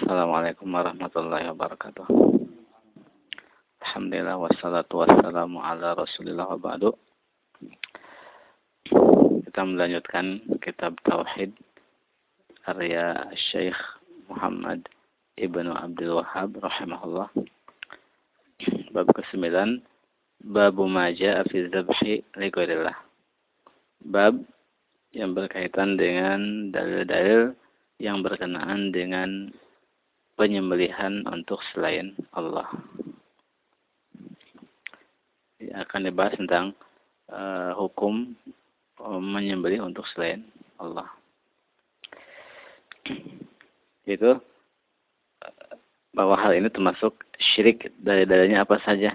Assalamualaikum warahmatullahi wabarakatuh. Alhamdulillah wassalatu wassalamu ala Rasulillah wa ba'du. Kita melanjutkan kitab Tauhid karya Syekh Muhammad Ibnu Abdul Wahhab rahimahullah. Bab ke-9, bab ma jaa'a fi dzabhi li ghairillah. Bab yang berkaitan dengan dalil-dalil yang berkenaan dengan penyembelihan untuk selain Allah. Akan dibahas tentang hukum menyembelih untuk selain Allah. Itu bahwa hal ini termasuk syirik. Dalil-dalilnya apa saja?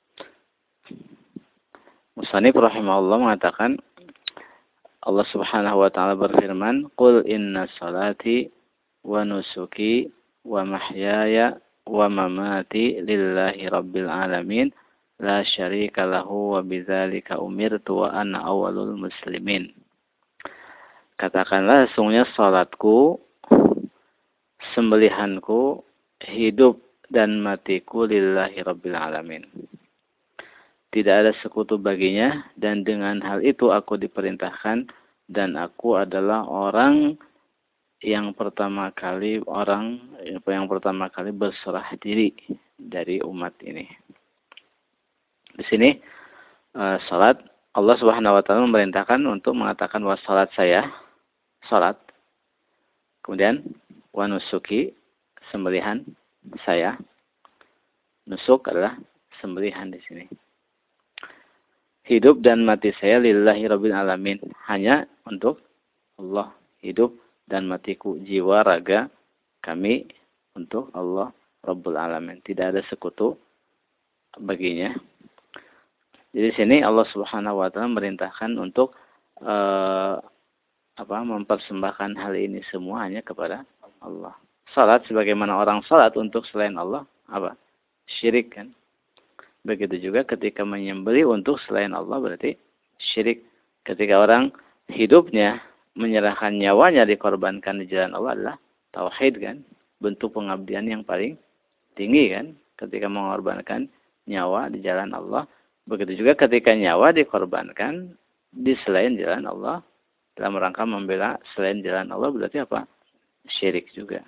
Musannif rahimahullah mengatakan, Allah Subhanahu wa taala berfirman, "Qul inna salati wa nusuki wa mahyaya wa mamati lillahi rabbil alamin la syarika lahu wa bidzalika umirtu wa ana awwalul muslimin." Katakanlah, sesungguhnya salatku, sembelihanku, hidup dan matiku lillahi rabbil alamin. Tidak ada sekutu baginya, dan dengan hal itu aku diperintahkan, dan aku adalah orang yang pertama kali berserah diri dari umat ini. Di sini salat, Allah Subhanahu wa taala memerintahkan untuk mengatakan wa salat saya, salat. Kemudian wa nusuki, sembelihan saya. Nusuk adalah sembelihan di sini. Hidup dan mati saya lillahi rabbil alamin, hanya untuk Allah. Hidup dan matiku, jiwa raga kami untuk Allah Rabbul Alamin. Tidak ada sekutu baginya. Jadi sini Allah Subhanahu wa taala merintahkan untuk mempersembahkan hal ini semua hanya kepada Allah. Salat, sebagaimana orang salat untuk selain Allah, syirik kan? Begitu juga ketika menyembelih untuk selain Allah berarti syirik. Ketika orang hidupnya menyerahkan nyawanya, dikorbankan di jalan Allah, adalah tauhid kan? Bentuk pengabdian yang paling tinggi kan? Ketika mengorbankan nyawa di jalan Allah. Begitu juga ketika nyawa dikorbankan di selain jalan Allah, dalam rangka membela selain jalan Allah, berarti apa? Syirik juga.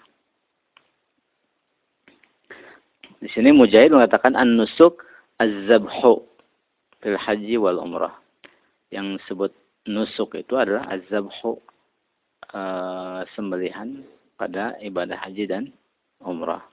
Di sini Mujahid mengatakan an-nusuk az-zabhu fil haji wal umrah. Yang disebut nusuk itu adalah az-zabhu, sembelihan pada ibadah haji dan umrah.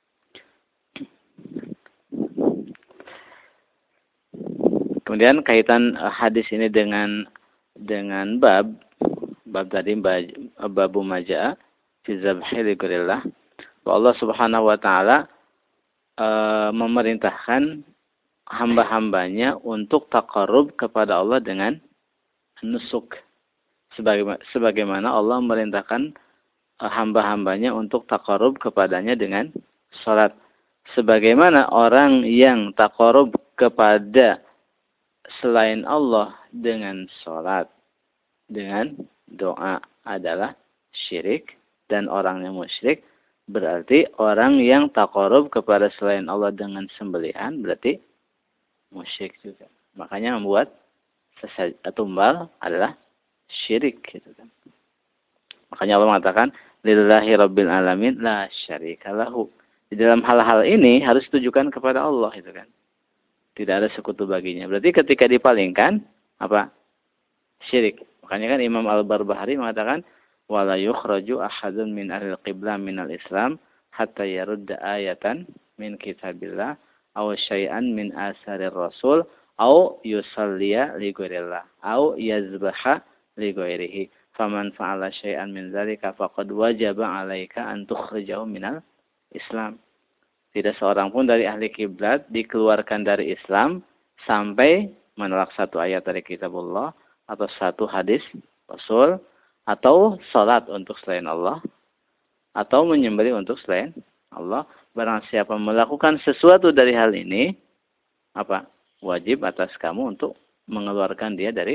Kemudian kaitan hadis ini dengan bab tadi, babu majaa fi dzabhi li ghairillah. Allah Subhanahu wa taala memerintahkan hamba-hambanya untuk taqarrub kepada Allah dengan nusuk. Sebagaimana Allah memerintahkan hamba-hambanya untuk taqarrub kepadanya dengan salat. Sebagaimana orang yang taqarrub kepada selain Allah dengan salat, dengan doa adalah syirik, dan orang yang musyrik berarti orang yang taqarrub kepada selain Allah dengan sembelihan berarti musyrik juga. Makanya membuat tumbal adalah syirik gitu kan. Makanya Allah mengatakan lillahi rabbil alamin la syarika lahu. Di dalam hal-hal ini harus ditujukan kepada Allah itu kan. Tidak ada sekutu baginya. Berarti ketika dipalingkan syirik. Makanya kan Imam Al-Barbahari mengatakan wala yukhraju ahadun min ahlil qiblah minal islam hatta yarudda ayatan min kitabillah aw syai'an min asarir rasul aw yusalliya li ghairillah aw yazbaha li ghairihi faman fa'ala syai'an min dzalika faqad wajaba 'alaika an tukhrijahu minal islam. Tidak seorang pun dari ahli kiblat dikeluarkan dari Islam sampai menolak satu ayat dari kitabullah atau satu hadis Rasul atau salat untuk selain Allah atau menyembelih untuk selain Allah. Barang siapa melakukan sesuatu dari hal ini, wajib atas kamu untuk mengeluarkan dia dari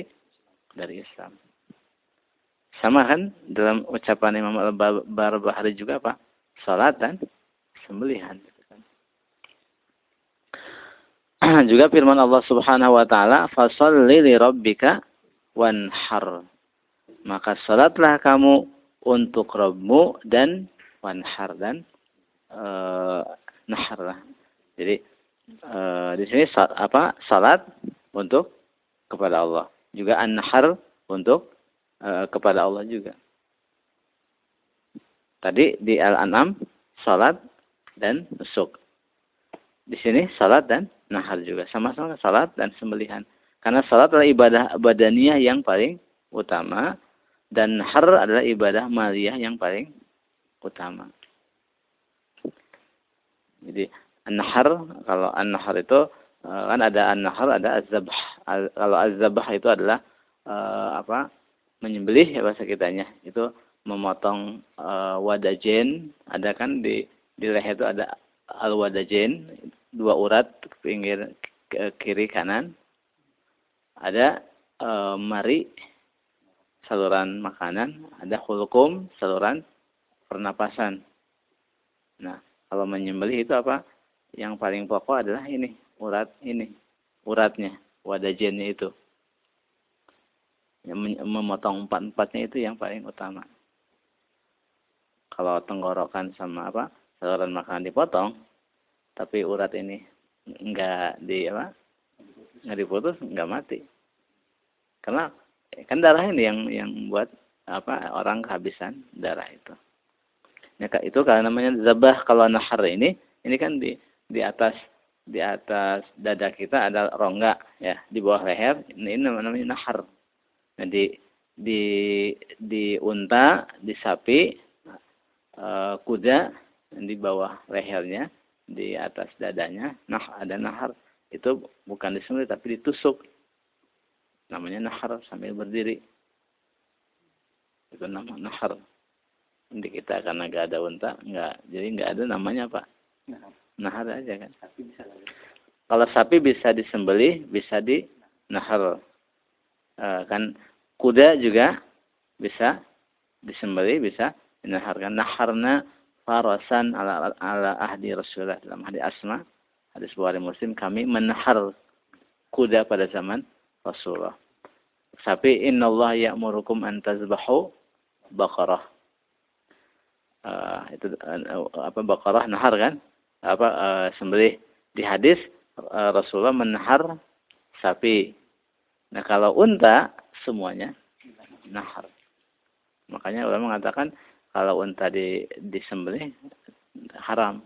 Islam. Sama kan dalam ucapan Imam Al-Barbahari juga salat dan sembelihan. Juga firman Allah Subhanahu wa taala, "Fasholli li rabbika wanhar." Maka salatlah kamu untuk Rabbmu dan wanhar dan nahar lah. Jadi di sini salat untuk kepada Allah. Juga an-nahar untuk kepada Allah juga. Tadi di Al-An'am salat dan nusuk. Di sini salat dan nahar juga. Sama-sama salat dan sembelihan. Karena salat adalah ibadah badaniyah yang paling utama. Dan nahar adalah ibadah maliyah yang paling utama. Jadi an-nahar, kalau an-nahar itu kan ada an-nahar, ada az-zabh. Kalau az-zabh itu adalah menyembelih ya bahasa kitanya. Itu memotong wadajen, ada kan di leher itu ada al-wadajen, 2 urat pinggir kiri kanan. Ada mari, saluran makanan, ada hulqum, saluran pernapasan. Nah, kalau menyembelih itu apa? Yang paling pokok adalah ini, uratnya, wadajennya itu. Yang memotong 4-4-nya itu yang paling utama. Kalau tenggorokan sama saluran makanan dipotong, tapi urat ini enggak diputus, enggak mati. Karena kan darah ini yang buat orang kehabisan darah itu. Ya, itu kalau namanya zabah. Kalau nahar ini kan di atas dada kita ada rongga ya, di bawah leher ini namanya nahar. Nah, di unta, di sapi, kuda di bawah lehernya, di atas dadanya, ada nahar. Itu bukan disembelih tapi ditusuk. Namanya nahar sambil berdiri. Itu nama nahar. Di kita karena gak ada unta, jadi nggak ada namanya apa? Nahar aja kan. Kalau sapi bisa disembelih, bisa di nahar. Kan kuda juga bisa disembelih, bisa dinaharkan. Naharna farasan ala ahdi Rasulullah, dalam hadis Asma, hadis Bukhari Muslim, kami menahar kuda pada zaman Rasulullah. Sapi, innallaha ya'murukum an tazbahu baqarah. Itu baqarah nahar kan? Sembelih. Di hadis Rasulullah menahar sapi. Nah, kalau unta semuanya nahar. Makanya ulama mengatakan kalau unta disembelih haram.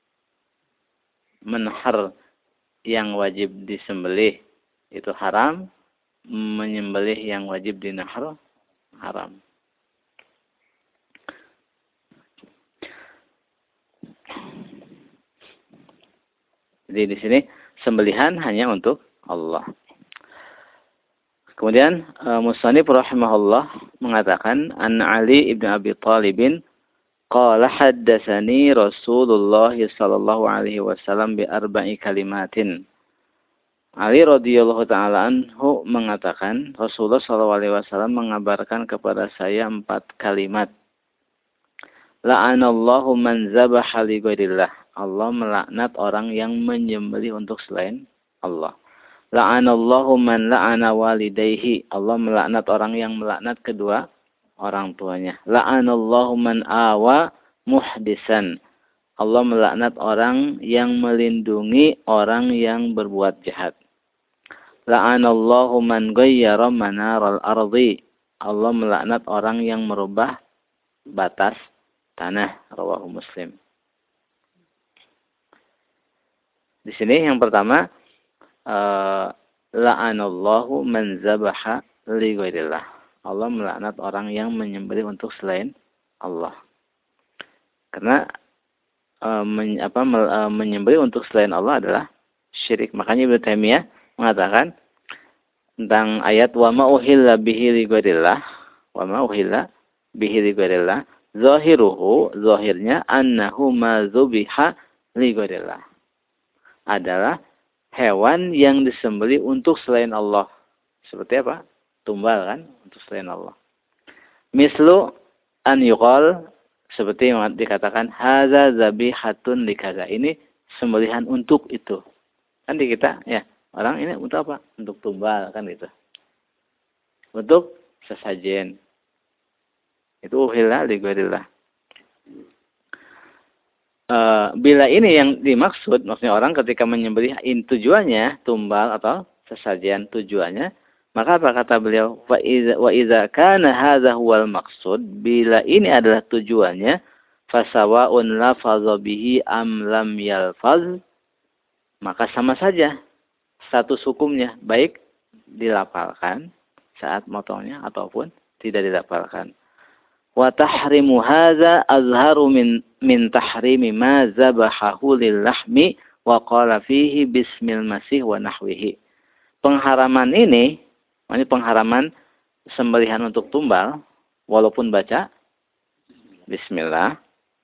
Menahar yang wajib disembelih itu haram, menyembelih yang wajib dinahar haram. Jadi di sini sembelihan hanya untuk Allah. Kemudian Musannif rahimahullah mengatakan an Ali ibn Abi Thalib qala haddatsani Rasulullah sallallahu alaihi wasallam bi arba'i kalimatin. Ali radhiyallahu taala anhu mengatakan Rasulullah sallallahu alaihi wasallam mengabarkan kepada saya 4 kalimat. La'anallahu man zabaha li ghairillah. Allah melaknat orang yang menyembelih untuk selain Allah. La'anallahu man la'ana walidayhi. Allah melaknat orang yang melaknat kedua orang tuanya. La'anallahu man awa muhdisan. Allah melaknat orang yang melindungi orang yang berbuat jahat. La'anallahu man ghayyara manaral ardi. Allah melaknat orang yang merubah batas tanah. Rawahu Muslim. Di sini yang pertama, la'anallahu man zabaha li ghairillah. Allah melaknat orang yang menyembelih untuk selain Allah. Karena menyembelih untuk selain Allah adalah syirik. Makanya Ibnu Taimiyah mengatakan tentang ayat wa ma uhilla bihi li ghairillah, wa ma uhilla bihi li ghairillah, zahirnya annahu ma zubiha li ghairillah. Adalah hewan yang disembelih untuk selain Allah. Seperti apa? Tumbal kan? Untuk selain Allah. Mislu an yuqal, Seperti yang dikatakan hadza zabihatun likaza. Ini sembelihan untuk itu. Kan di kita ya, orang ini untuk apa? Untuk tumbal kan gitu. Untuk sesajen. Itu uhilla li ghairillah. Bila ini yang dimaksud, maksudnya orang ketika menyembelih tujuannya tumbal atau sesajian tujuannya, maka apa kata beliau? Wa iza kana hadza huwal maqsud, bila ini adalah tujuannya, fasawa'un lafadha bihi am lam yalfaz, maka sama saja status hukumnya, baik dilafalkan saat motongnya ataupun tidak dilafalkan. Wa tahrimu hadza azharu min tahrimi ma zabahahu lillahmi wa qala fihi bismil masih wa nahwihi. Pengharaman ini pengharaman sembelihan untuk tumbal walaupun baca bismillah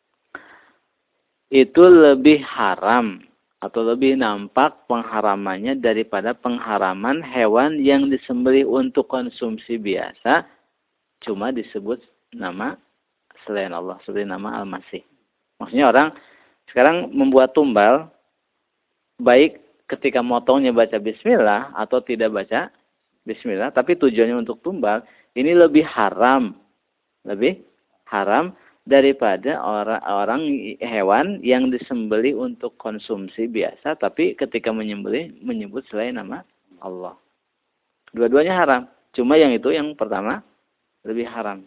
itu lebih haram atau lebih nampak pengharamannya daripada pengharaman hewan yang disembelih untuk konsumsi biasa cuma disebut nama selain Allah, seperti nama Al-Masih. Maksudnya orang sekarang membuat tumbal, baik ketika motongnya baca bismillah atau tidak baca bismillah, tapi tujuannya untuk tumbal, ini lebih haram daripada orang hewan yang disembelih untuk konsumsi biasa, tapi ketika menyembelih menyebut selain nama Allah. Dua-duanya haram, cuma yang itu yang pertama lebih haram.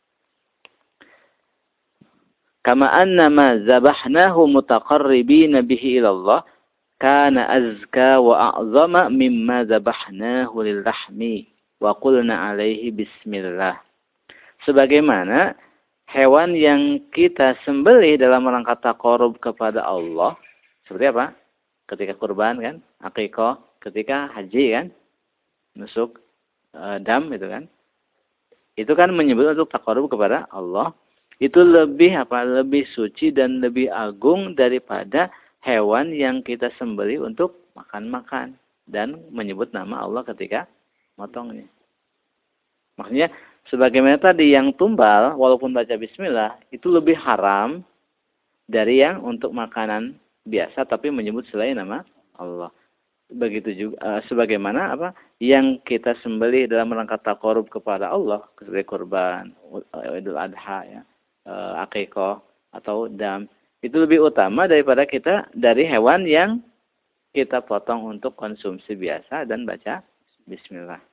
Kama anna ma zabahnahu mutaqarribina bihi ila Allah kana azka wa a'zama mimma zabahnahu lillahmi wa qulna alaihi bismillah. Sebagaimana hewan yang kita sembelih dalam rangka taqarrub kepada Allah, seperti apa? Ketika kurban kan, akikah, ketika haji kan, nusuk dam itu kan. Itu kan menyebut untuk taqarrub kepada Allah. Itu lebih lebih suci dan lebih agung daripada hewan yang kita sembelih untuk makan-makan dan menyebut nama Allah ketika motongnya. Maksudnya sebagaimana tadi yang tumbal walaupun baca bismillah itu lebih haram dari yang untuk makanan biasa tapi menyebut selain nama Allah. Begitu juga sebagaimana yang kita sembelih dalam rangka taqarrub kepada Allah seperti kurban, Idul Adha ya. Akikah atau dam itu lebih utama daripada dari hewan yang kita potong untuk konsumsi biasa dan baca bismillah.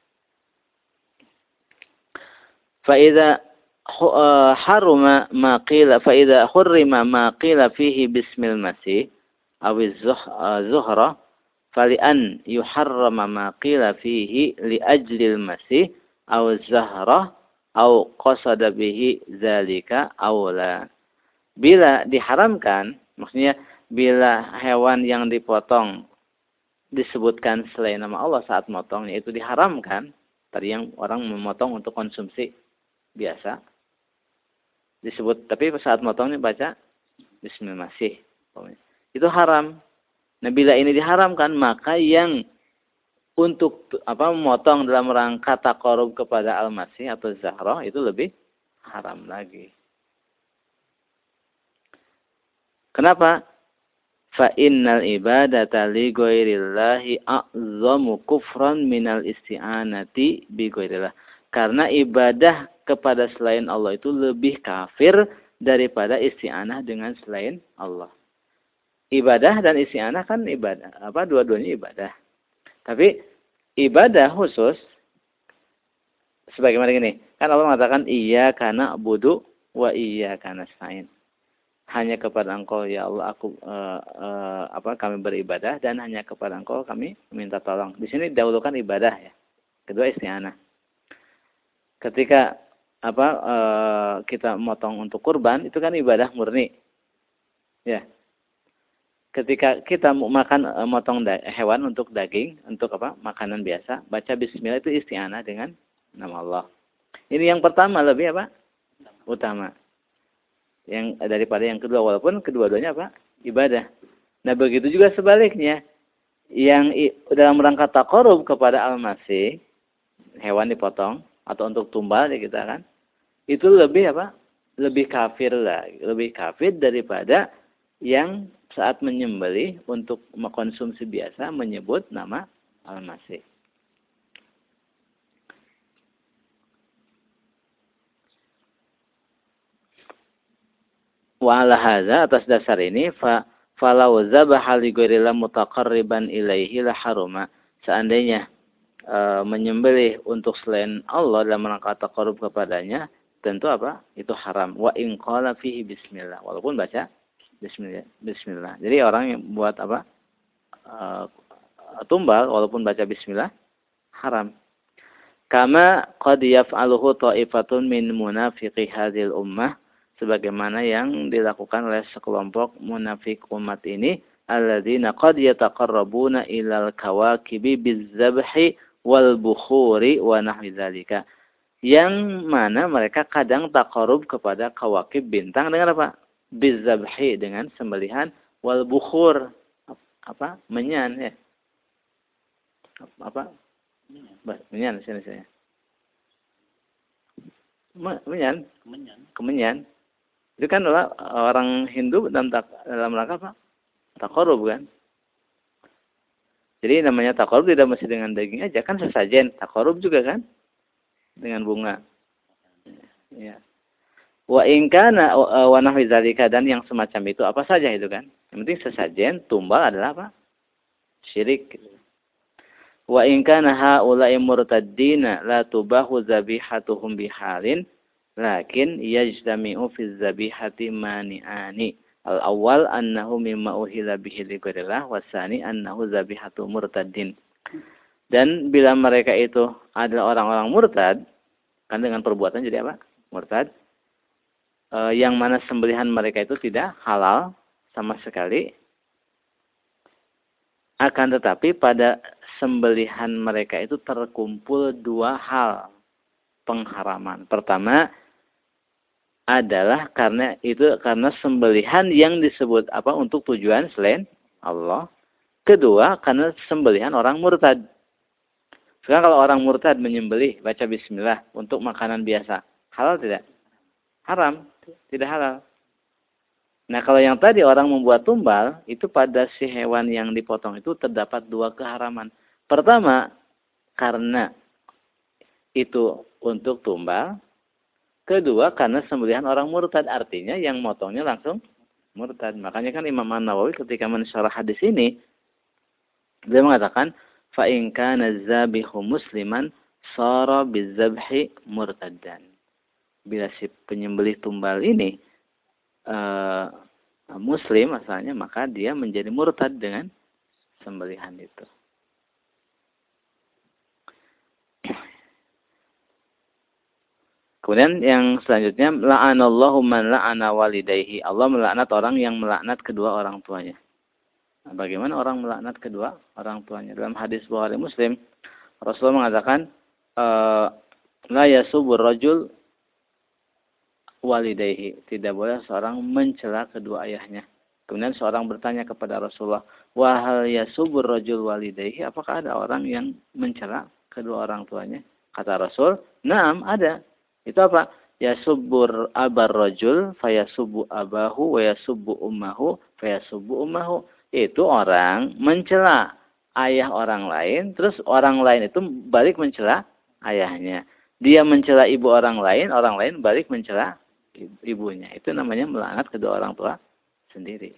Fa haruma ma qila fa hurrima ma qila fihi bismil masih aw zuhra fali an yuharrama ma qila fihi li ajlil masih aw zahra au qasada bihi zalika aula. Bila diharamkan, maksudnya bila hewan yang dipotong disebutkan selain nama Allah saat motongnya itu diharamkan, tadi yang orang memotong untuk konsumsi biasa disebut, tapi saat motongnya baca bismillah masih, itu haram. Nah, bila ini diharamkan, maka yang untuk memotong dalam rangka taqarrub kepada Al-Masih atau Zahra itu lebih haram lagi. Kenapa? Fa innal ibadata li ghairillahi a'zamu kufran minal isti'anati bi ghairillah. Karena ibadah kepada selain Allah itu lebih kafir daripada isti'anah dengan selain Allah. Ibadah dan isti'anah kan ibadah, dua-duanya ibadah. Tapi ibadah khusus sebagaimana gini, kan Allah mengatakan iyyaka na'budu wa iyyaka nasta'in. Hanya kepada Engkau ya Allah kami beribadah dan hanya kepada Engkau kami minta tolong. Di sini dahulukan ibadah ya. Kedua isti'anah. Ketika kita motong untuk kurban itu kan ibadah murni. Ya. Ketika kita motong hewan untuk daging, untuk makanan biasa, baca bismillah itu isti'anah dengan nama Allah. Ini yang pertama lebih utama. Yang daripada yang kedua, walaupun kedua-duanya ibadah. Nah, begitu juga sebaliknya. Yang dalam rangka taqarrub kepada Al-Masih, hewan dipotong atau untuk tumbal ya kita kan, itu lebih lebih kafir lagi, lebih kafir daripada yang saat menyembelih untuk mengkonsumsi biasa menyebut nama Al-Masih. Wa ala hadza, atas dasar ini falau zabaha li ghairillah mutaqarriban ilaihi la haruma. Seandainya menyembelih untuk selain Allah dalam rangka taqarrub kepadanya, tentu apa? Itu haram. Wa in qala fihi bismillah, walaupun baca bismillah. Jadi orang yang buat apa? Tumbal walaupun baca bismillah haram. Kama qad yaf'aluhu ta'ifatun min munafiqi hadhil ummah, sebagaimana yang dilakukan oleh sekelompok munafik umat ini, alladzina qad yataqarrabuna ilal kawakibi bizzabhi wal bukhuri wa nahwi dzalika. Yang mana mereka kadang taqarrub kepada kawakib bintang dengan apa? Bizzabhi, dengan sembelihan, wal bukhur, apa? Menyan ya. Apa? Menyan sini. Menyan. Kemenyan. Itu kan adalah orang Hindu dalam rangka apa? Taqarrub kan. Jadi namanya taqarrub tidak mesti dengan daging aja, kan sesajen. Taqarrub juga kan dengan bunga. Ya. Wa in kana wa nahwi dzalika, dan yang semacam itu apa saja itu kan. Yang penting sesajen, tumbal adalah apa? Syirik. Wa in kana haula'i murtaddina la tubahu zabihatuhum bihalin, lakin yajtami'u fi zabihati mani'ani. Al-awwal annahu mimma uhila bihi lighairillah, wasani annahu zabihatu murtaddin. Dan bila mereka itu adalah orang-orang murtad, kan dengan perbuatan jadi apa? Murtad. Yang mana sembelihan mereka itu tidak halal sama sekali. Akan tetapi pada sembelihan mereka itu terkumpul dua hal pengharaman. Pertama adalah karena sembelihan yang disebut apa untuk tujuan selain Allah. Kedua, karena sembelihan orang murtad. Sekarang kalau orang murtad menyembelih baca bismillah untuk makanan biasa, halal tidak? Haram, tidak halal. Nah, kalau yang tadi orang membuat tumbal, itu pada si hewan yang dipotong itu terdapat dua keharaman. Pertama, karena itu untuk tumbal. Kedua, karena sembelihan orang murtad, artinya yang motongnya langsung murtad. Makanya kan Imam An-Nawawi ketika mensyarah hadis ini, dia mengatakan, fa in kana zabihu musliman sara bizabhi murtaddan. Bila si penyembelih tumbal ini muslim asalnya, maka dia menjadi murtad dengan sembelihan itu. Kemudian yang selanjutnya, la'anallahu man la'ana walidayhi. Allah melaknat orang yang melaknat kedua orang tuanya. Nah, bagaimana orang melaknat kedua orang tuanya? Dalam hadis Bukhari Muslim, Rasulullah mengatakan, la yasubur rajul walidayhi. Tidak boleh seorang mencela kedua ayahnya. Kemudian seorang bertanya kepada Rasulullah, wa hal yasubur rajul walidayhi? Apakah ada orang yang mencela kedua orang tuanya? Kata Rasul, na'am, ada. Itu apa? Yasubbur abar rajul fayasubbu abahu wa yasubbu ummahu fayasubbu ummahu. Itu orang mencela ayah orang lain, terus orang lain itu balik mencela ayahnya. Dia mencela ibu orang lain balik mencela ibunya. Itu namanya melaknat kedua orang tua sendiri.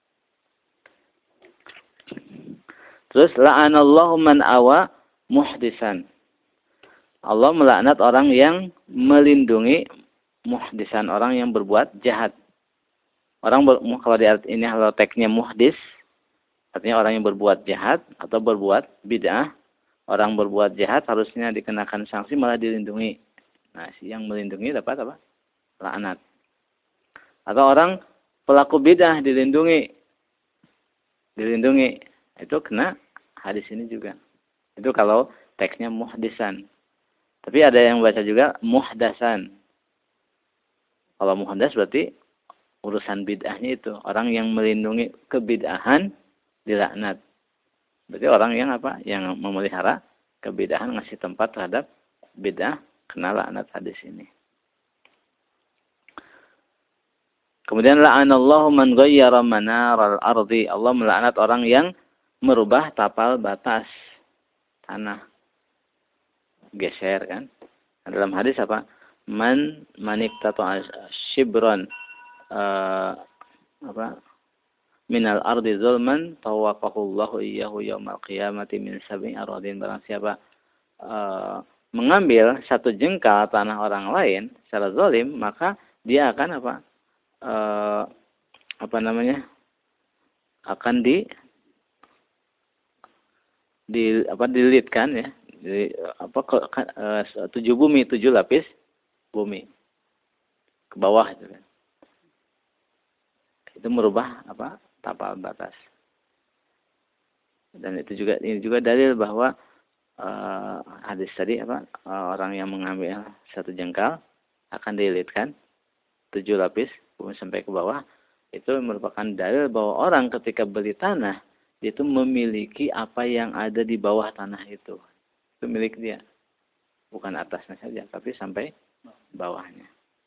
Terus la'anallahu man awa muhdisan. Allah melaknat orang yang melindungi muhdisan, orang yang berbuat jahat. Orang kalau di arti ini kalau teksnya muhdis, artinya orang yang berbuat jahat atau berbuat bid'ah. Orang berbuat jahat harusnya dikenakan sanksi, malah dilindungi. Nah, si yang melindungi dapat apa? Laknat. Atau orang pelaku bid'ah dilindungi. Itu kena hadis ini juga. Itu kalau teksnya muhdisan. Tapi ada yang baca juga muhdasan. Kalau muhdas berarti urusan bid'ahnya itu. Orang yang melindungi kebid'ahan dilaknat. Berarti orang yang apa? Yang memelihara kebid'ahan, ngasih tempat terhadap bid'ah, kena laknat hadis ini. Kemudian la'anallahu man ghayyara manaral ardi. Allah melaknat orang yang merubah tapal batas tanah. Geser kan. Dalam hadis apa? Man maniktata shibran minal ardi zulman tawaqahullahu iyyahu yaumal qiyamati min sab'i aradin. Barang siapa mengambil satu jengkal tanah orang lain secara zalim, maka dia akan akan dililitkan ya, di 7 bumi, 7 lapis bumi ke bawah itu kan. Itu merubah tapal batas. Dan ini juga dalil bahwa hadis tadi orang yang mengambil satu jengkal akan dililitkan 7 lapis bumi sampai ke bawah. Itu merupakan dalil bahwa orang ketika beli tanah itu memiliki apa yang ada di bawah tanah itu. Itu milik dia. Bukan atasnya saja, tapi sampai bawahnya.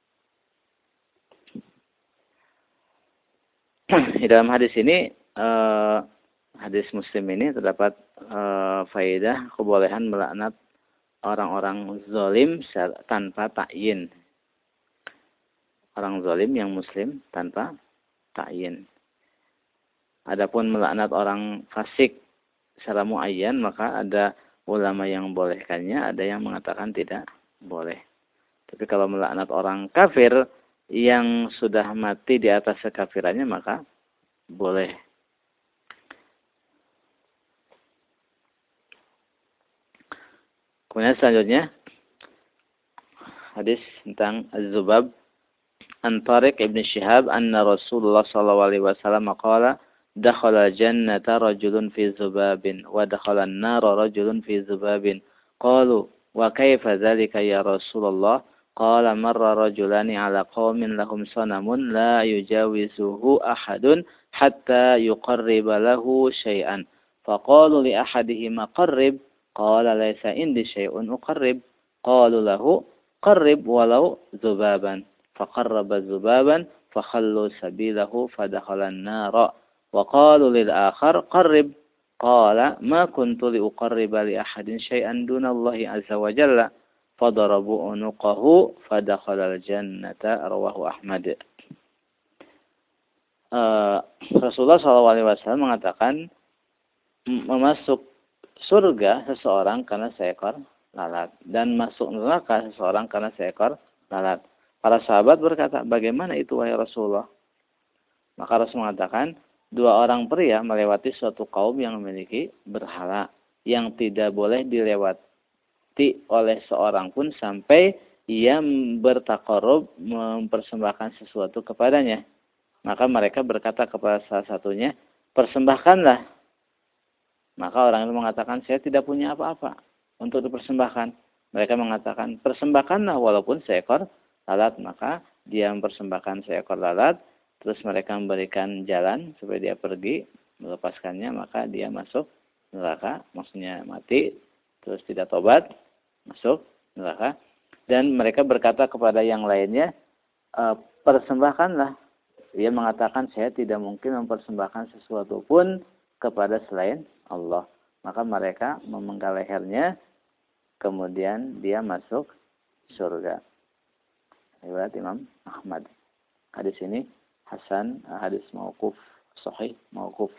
Di dalam hadis ini, hadis Muslim ini terdapat faedah kebolehan melaknat orang-orang zalim tanpa ta'yin. Orang zalim yang Muslim tanpa ta'yin. Adapun melaknat orang fasik secara muayyan, maka ada ulama yang membolehkannya, ada yang mengatakan tidak boleh. Tapi kalau melaknat orang kafir yang sudah mati di atas kekafirannya, maka boleh. Kemudian selanjutnya hadis tentang Az-Zubab an Tariq ibn Shihab anna Rasulullah sallallahu alaihi wasallam qala dakhala jannata rajulun fi zubabin wa dakhala an-nara rajulun fi zubabin qalu wa kayfa dhalika ya Rasulullah qala marra rajulani ala qaumin lahum sanamun la yujawizuhu ahadun hatta yuqarriba lahu shay'an faqalu li ahadihima qarrib qala laysa indi shay'un uqarrib qalu lahu qarrib walau zubaban faqarraba zubaban fakhallu sabilahu fadakhala an-nara wa qalu lil akhar qarrib qala ma kuntu li uqarriba li ahadin shay'an dunallahi azza wa jalla fadarabu unuqahu fadakhala al-jannata rawahu Ahmad. Rasulullah SAW mengatakan memasuk surga seseorang karena seekor lalat dan masuk neraka seseorang karena seekor lalat. Para sahabat berkata, bagaimana itu wahai Rasulullah? Maka Rasul mengatakan, 2 orang pria melewati suatu kaum yang memiliki berhala yang tidak boleh dilewati oleh seorang pun sampai ia bertakarub mempersembahkan sesuatu kepadanya. Maka mereka berkata kepada salah satunya, persembahkanlah. Maka orang itu mengatakan, saya tidak punya apa-apa untuk dipersembahkan. Mereka mengatakan, persembahkanlah walaupun seekor lalat. Maka dia mempersembahkan seekor lalat. Terus mereka memberikan jalan supaya dia pergi, melepaskannya, maka dia masuk neraka, maksudnya mati, terus tidak tobat, masuk neraka. Dan mereka berkata kepada yang lainnya, persembahkanlah. Dia mengatakan, saya tidak mungkin mempersembahkan sesuatu pun kepada selain Allah. Maka mereka memenggal lehernya, kemudian dia masuk surga. Riwayat Imam Ahmad. Hadis ini hasan, hadis mauquf, sahih mauquf.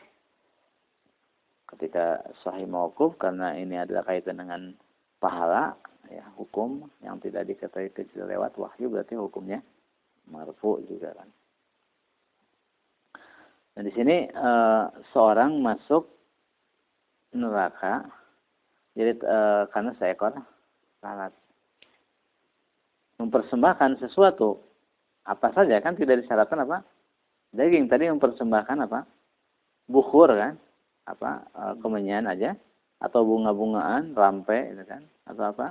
Ketika sahih mauquf karena ini adalah kaitan dengan pahala, ya, hukum yang tidak diketahui kecuali lewat wahyu, berarti hukumnya marfu juga kan. Dan di sini seorang masuk neraka jadi karena seekor lalat. Mempersembahkan sesuatu apa saja kan tidak disyaratkan apa? Daging. Tadi mempersembahkan apa? Bukhur kan? Kemenyan aja atau bunga-bungaan, rampe gitu kan? Atau apa?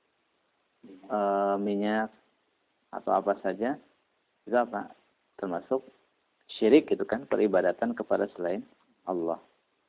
Minyak atau apa saja. Itu apa? Termasuk syirik gitu kan, peribadatan kepada selain Allah.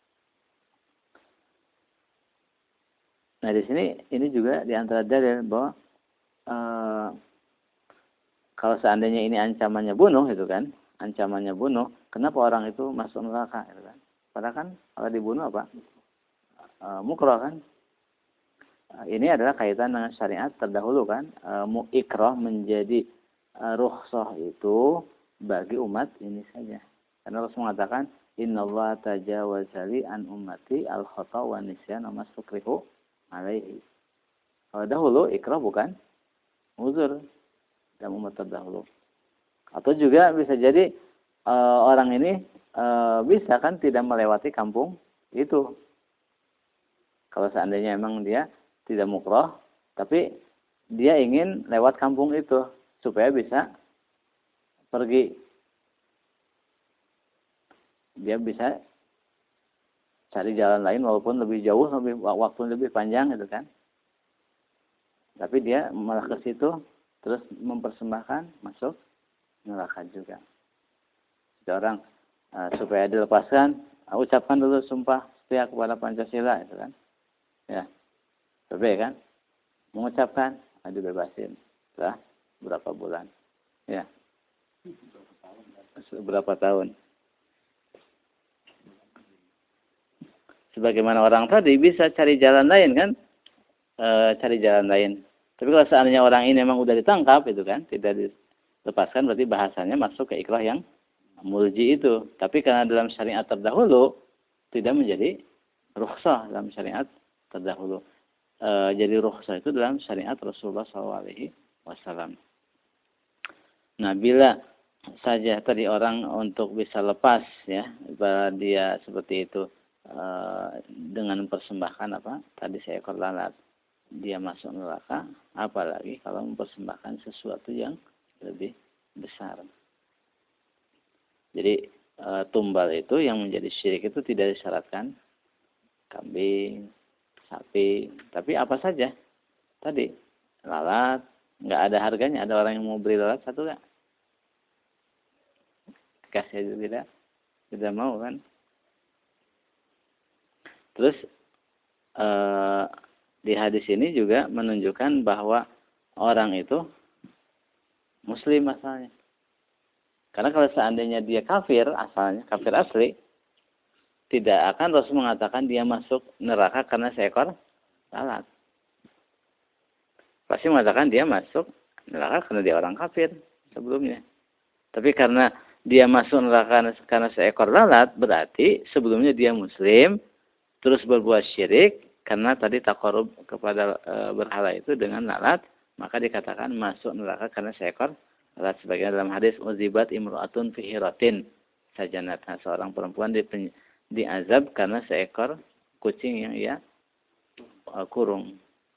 Nah, di sini ini juga di antara dalil bahwa kalau seandainya ini ancamannya bunuh itu kan, ancamannya bunuh, kenapa orang itu masuk neraka? Gitu kan? Padahal kan kalau dibunuh apa? Mukroh kan? Ini adalah kaitan dengan syariat terdahulu kan. Ikrah menjadi rukhsah itu bagi umat ini saja. Karena Rasul mengatakan, Innallaha tajawaza li an ummati al-khata' wa nisyan wa mastukrihu alaihi. Kalau dahulu ikrah bukan uzur dalam umat terdahulu. Atau juga bisa jadi orang ini bisa kan tidak melewati kampung itu. Kalau seandainya memang dia tidak mukroh, tapi dia ingin lewat kampung itu supaya bisa pergi. Dia bisa cari jalan lain walaupun lebih jauh, waktu lebih panjang gitu kan. Tapi dia malah ke situ terus mempersembahkan masuk neraka juga. Orang supaya dilepaskan, ucapkan dulu sumpah setia kepada Pancasila itu kan. Ya. Berbeda kan? Mengucapkan, dibebasin setelah berapa bulan. Ya. Berapa tahun. Sebagaimana orang tadi bisa cari jalan lain kan? Cari jalan lain. Tapi kalau seandainya orang ini memang udah ditangkap itu kan, tidak dilepaskan, berarti bahasanya masuk ke ikrah yang mulji itu. Tapi karena dalam syariat terdahulu tidak menjadi rukhsah dalam syariat terdahulu. Jadi rukhsah itu dalam syariat Rasulullah SAW. Nah, bila saja tadi orang untuk bisa lepas ya, dia seperti itu dengan mempersembahkan tadi seekor lalat, dia masuk neraka, apalagi kalau mempersembahkan sesuatu yang lebih besar. Jadi tumbal itu yang menjadi syirik itu tidak disyaratkan kambing, sapi, tapi apa saja. Tadi lalat, nggak ada harganya. Ada orang yang mau beli lalat satu nggak? Kasih aja tidak mau kan? Terus di hadis ini juga menunjukkan bahwa orang itu muslim asalnya. Karena kalau seandainya dia kafir asalnya, kafir asli, tidak akan Rasul mengatakan dia masuk neraka karena seekor lalat. Pasti mengatakan dia masuk neraka karena dia orang kafir sebelumnya. Tapi karena dia masuk neraka karena seekor lalat, berarti sebelumnya dia muslim, terus berbuat syirik, karena tadi taqarrub kepada berhala itu dengan lalat, maka dikatakan masuk neraka karena seekor lalat. Sebagaimana dalam hadis, uzibat imru'atun fi hiratin sajanatha, seorang perempuan diazab karena seekor kucing yang ia kurung.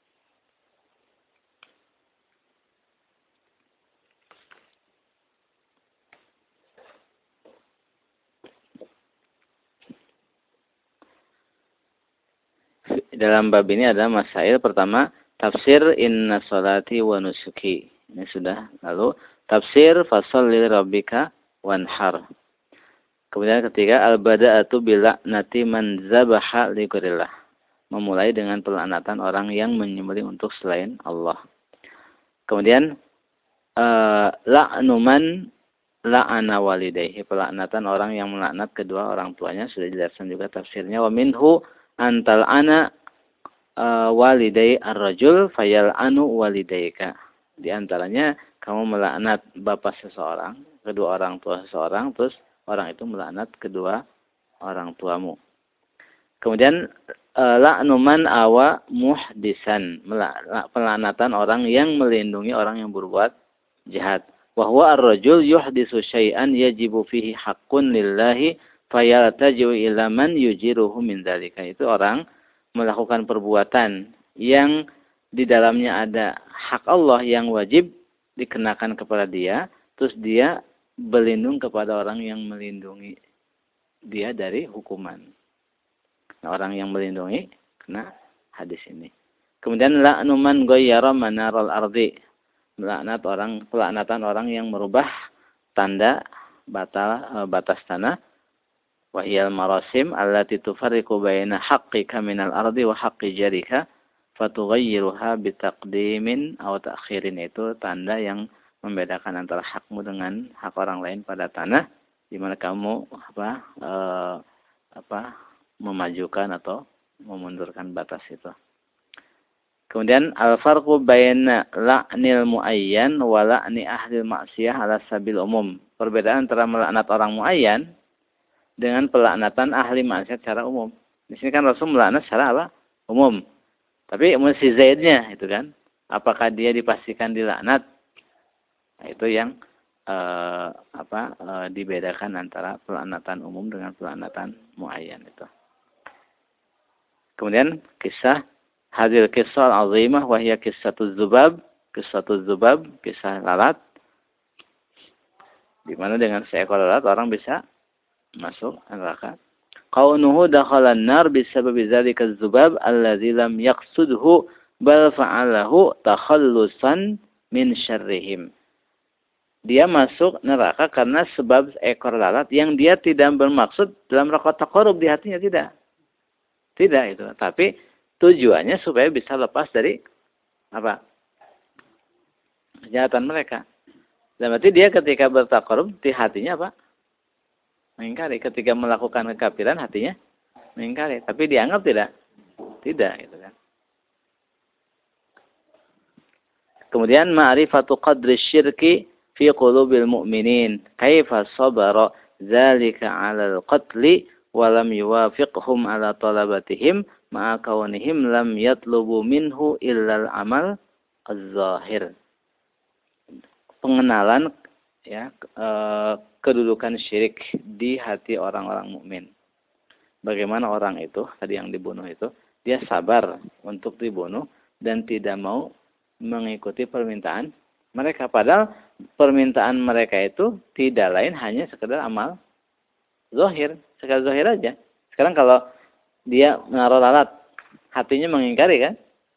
Dalam bab ini ada masail. Pertama, tafsir inna salati wa nusuki. Ini sudah. Lalu, tafsir fasholli rabbika wanhar. Kemudian ketiga, al-bada'atu bila'nati man zabaha li ghairillah. Memulai dengan pelaknatan orang yang menyembelih untuk selain Allah. Kemudian la'nu man la'ana walidayhi. Pelaknatan orang yang melaknat kedua orang tuanya. Sudah dijelaskan juga tafsirnya. Wa minhu antal ana walidai ar-rajul fayal'anu walidayka. Di antaranya kamu melaknat bapak seseorang, kedua orang tua seseorang, terus orang itu melaknat kedua orang tuamu. Kemudian la'nu man awa muhdisan, pelaknatan orang yang melindungi orang yang berbuat jahat. Wa huwa ar-rajul yuhdisu syai'an yajibu fihi haqqun lillahi fayaltaji'u ila man yujiruhu min dzalika. Itu orang melakukan perbuatan yang di dalamnya ada hak Allah yang wajib dikenakan kepada dia, terus dia berlindung kepada orang yang melindungi dia dari hukuman. Nah, orang yang melindungi kena hadis ini. Kemudian la'nu man ghayyara manaral ardi. Pelaknatan orang yang merubah tanda batas tanah. Wa hiyal marasim allati tufarriqu baina haqqika minal ardi wa haqqi jarika fatughayyiruha bitaqdimin aw ta'khirin. Itu tanda yang membedakan antara hakmu dengan hak orang lain pada tanah, di mana kamu memajukan atau memundurkan batas itu. Kemudian al-farqu baina la'nil muayyan wa la'ni ahli maksiyah ala sabil umum. Perbedaan antara melaknat orang muayyan dengan pelaknatan ahli maksiat secara umum. Di sini kan Rasul melaknat secara apa? Umum. Tapi mesti zaidnya itu kan. Apakah dia dipastikan dilaknat? Nah, itu yang dibedakan antara pelaknatan umum dengan pelaknatan muayyan itu. Kemudian kisah hadil kisah al-azimah wa hiya qissatul zubab, kisah lalat. Di mana dengan seekor lalat orang bisa masuk neraka. Qaunuhu dakhala an-nar bisababi dzalika az-zubab alladzi lam yaqsudhu bal fa'alahu takhallusan min syarrihim. Dia masuk neraka karena sebab ekor lalat yang dia tidak bermaksud dalam raqat taqarrub di hatinya, tidak. Tidak itu, tapi tujuannya supaya bisa lepas dari apa? Kejahatan mereka. Dan berarti dia ketika bertaqarrub di hatinya apa? Mengingkari. Ketika melakukan kekafiran hatinya mengingkari. Tapi dianggap tidak? Tidak gitu kan. Kemudian ma'rifatu qadri syirki fi qulubil mu'minin. Kaifa sabara dzalika 'ala al-qatli wa lam yuwafiqhum 'ala talabatihim ma'a kaunihim lam yatlubu minhu illa al-amal az-zahir. Pengenalan ya kedudukan syirik di hati orang-orang mukmin. Bagaimana orang itu tadi yang dibunuh itu, dia sabar untuk dibunuh dan tidak mau mengikuti permintaan mereka. Padahal permintaan mereka itu tidak lain hanya sekedar amal zahir, sekedar zahir aja. Sekarang kalau dia menaruh lalat, hatinya mengingkari kan?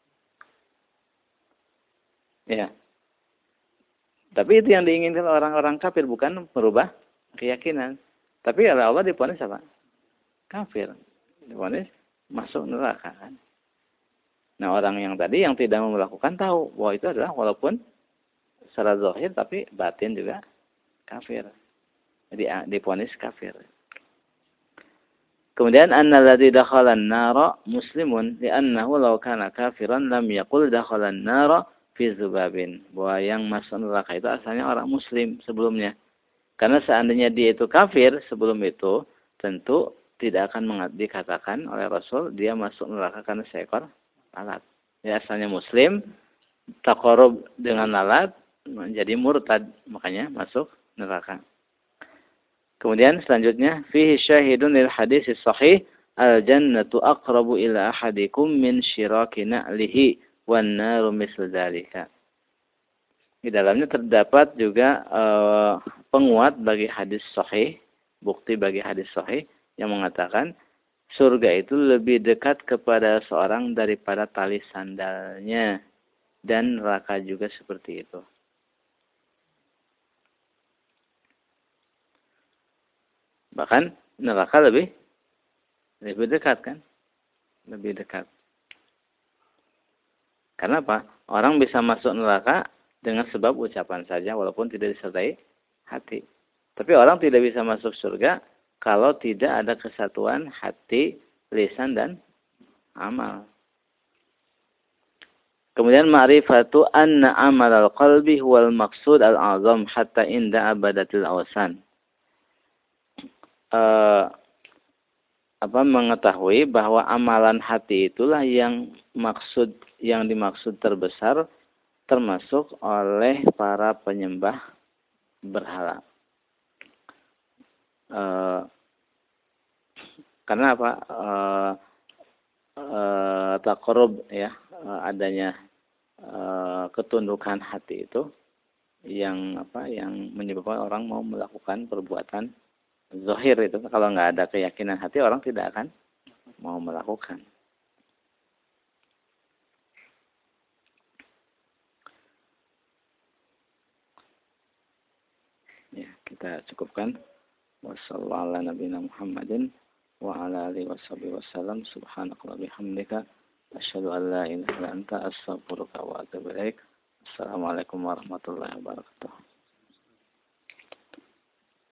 Ya. Tapi itu yang diinginkan orang-orang kafir, bukan merubah keyakinan. Tapi oleh Allah divonis apa? Kafir. Divonis masuk neraka kan. Nah, orang yang tadi yang tidak melakukan tahu bahwa itu adalah walaupun secara zahir tapi batin juga kafir. Jadi divonis kafir. Kemudian annalladzi dakhala an-nara muslimun li'annahu law kana kafiran lam yaqul dakhala an-nara fi zubabin. Bahwa yang masuk neraka itu asalnya orang muslim sebelumnya. Karena seandainya dia itu kafir sebelum itu, tentu tidak akan dikatakan oleh Rasul dia masuk neraka karena seekor lalat. Dia asalnya muslim, taqarrub dengan lalat, menjadi murtad, makanya masuk neraka. Kemudian selanjutnya fihi syahidun lil hadis sahih al-jannatu aqrabu ila ahadikum min syiraki na'lihi wan naru mislu dzalika. Di dalamnya terdapat juga penguat bagi hadis sahih, bukti bagi hadis sahih yang mengatakan surga itu lebih dekat kepada seorang daripada tali sandalnya dan neraka juga seperti itu. Bahkan neraka lebih dekat kan? Lebih dekat. Karena apa? Orang bisa masuk neraka dengan sebab ucapan saja walaupun tidak disertai hati. Tapi orang tidak bisa masuk surga kalau tidak ada kesatuan hati, lisan dan amal. Kemudian ma'rifatu anna amal al-qalbi huwal maqsud al-azam hatta inda abadatil awsan. Mengetahui bahwa amalan hati itulah yang dimaksud terbesar termasuk oleh para penyembah berhala. Karena apa? Taqarrub ya, adanya ketundukan hati itu yang menyebabkan orang mau melakukan perbuatan zahir itu. Kalau nggak ada keyakinan hati, orang tidak akan mau melakukan. Ya, kita cukupkan. Wassallallahu ala nabiyina Muhammadin wa ala alihi wasallam. Subhanakallahumma bihamdika asyhadu an la ilaha illa anta astaghfiruka wa atubu ilaik. Assalamualaikum warahmatullahi wabarakatuh.